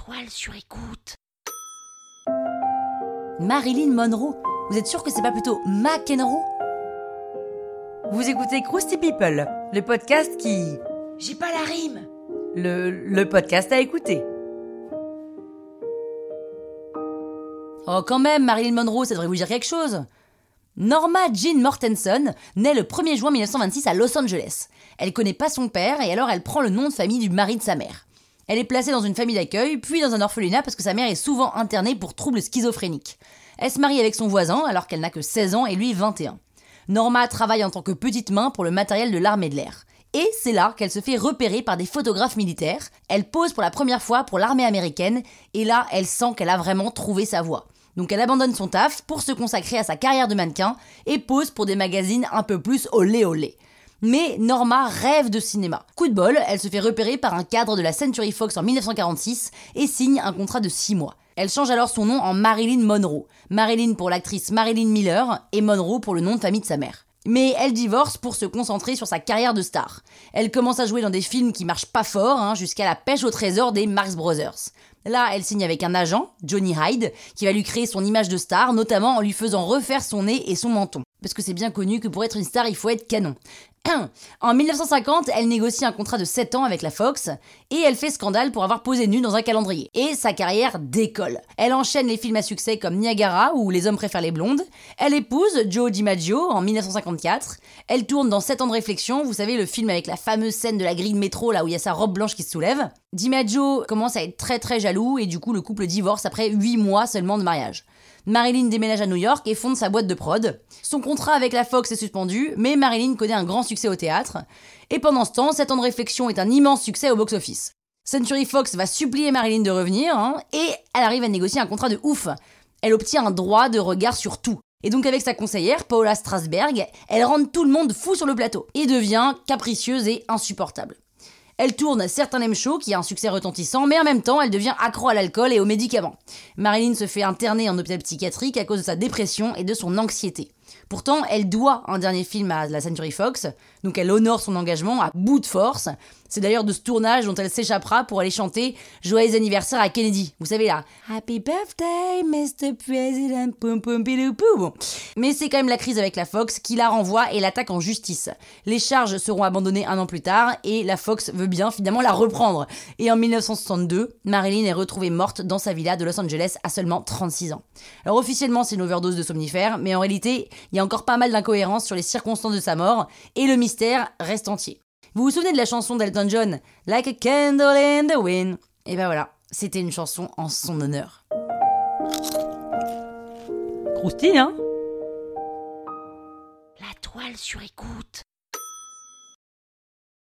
toile sur écoute. Marilyn Monroe, vous êtes sûr que c'est pas plutôt McEnroe ? Vous écoutez Krusty People, le podcast qui... J'ai pas la rime. Le podcast à écouter. Oh quand même, Marilyn Monroe, ça devrait vous dire quelque chose. Norma Jean Mortensen naît le 1er juin 1926 à Los Angeles. Elle connaît pas son père et alors elle prend le nom de famille du mari de sa mère. Elle est placée dans une famille d'accueil, puis dans un orphelinat parce que sa mère est souvent internée pour troubles schizophréniques. Elle se marie avec son voisin alors qu'elle n'a que 16 ans et lui 21. Norma travaille en tant que petite main pour le matériel de l'armée de l'air. Et c'est là qu'elle se fait repérer par des photographes militaires. Elle pose pour la première fois pour l'armée américaine et là, elle sent qu'elle a vraiment trouvé sa voie. Donc elle abandonne son taf pour se consacrer à sa carrière de mannequin et pose pour des magazines un peu plus olé olé. Mais Norma rêve de cinéma. Coup de bol, elle se fait repérer par un cadre de la Century Fox en 1946 et signe un contrat de 6 mois. Elle change alors son nom en Marilyn Monroe. Marilyn pour l'actrice Marilyn Miller et Monroe pour le nom de famille de sa mère. Mais elle divorce pour se concentrer sur sa carrière de star. Elle commence à jouer dans des films qui marchent pas fort, jusqu'à La pêche au trésor des Marx Brothers. Là, elle signe avec un agent, Johnny Hyde, qui va lui créer son image de star, notamment en lui faisant refaire son nez et son menton. Parce que c'est bien connu que pour être une star, il faut être canon. En 1950, elle négocie un contrat de 7 ans avec la Fox et elle fait scandale pour avoir posé nue dans un calendrier. Et sa carrière décolle. Elle enchaîne les films à succès comme Niagara ou Les hommes préfèrent les blondes. Elle épouse Joe DiMaggio en 1954. Elle tourne dans 7 ans de réflexion, vous savez le film avec la fameuse scène de la grille de métro là où il y a sa robe blanche qui se soulève. DiMaggio commence à être très très jaloux et du coup le couple divorce après 8 mois seulement de mariage. Marilyn déménage à New York et fonde sa boîte de prod. Son contrat avec la Fox est suspendu, mais Marilyn connaît un grand succès au théâtre. Et pendant ce temps, 7 ans de réflexion est un immense succès au box-office. Century Fox va supplier Marilyn de revenir, et elle arrive à négocier un contrat de ouf. Elle obtient un droit de regard sur tout. Et donc avec sa conseillère, Paula Strasberg, elle rend tout le monde fou sur le plateau, et devient capricieuse et insupportable. Elle tourne Certain Name Show, qui a un succès retentissant, mais en même temps, elle devient accro à l'alcool et aux médicaments. Marilyn se fait interner en hôpital psychiatrique à cause de sa dépression et de son anxiété. Pourtant, elle doit un dernier film à la Century Fox, donc elle honore son engagement à bout de force. C'est d'ailleurs de ce tournage dont elle s'échappera pour aller chanter « Joyeux anniversaire à Kennedy ». Vous savez là « Happy birthday, Mr. President, poum poum pidou poum ». Mais c'est quand même la crise avec la Fox qui la renvoie et l'attaque en justice. Les charges seront abandonnées 1 an plus tard et la Fox veut bien finalement la reprendre. Et en 1962, Marilyn est retrouvée morte dans sa villa de Los Angeles à seulement 36 ans. Alors officiellement, c'est une overdose de somnifères, mais en réalité, il y a encore pas mal d'incohérences sur les circonstances de sa mort et le mystère reste entier. Vous vous souvenez de la chanson d'Elton John « Like a candle in the wind » Et ben voilà, c'était une chanson en son honneur. Croustille, hein ? La toile sur écoute.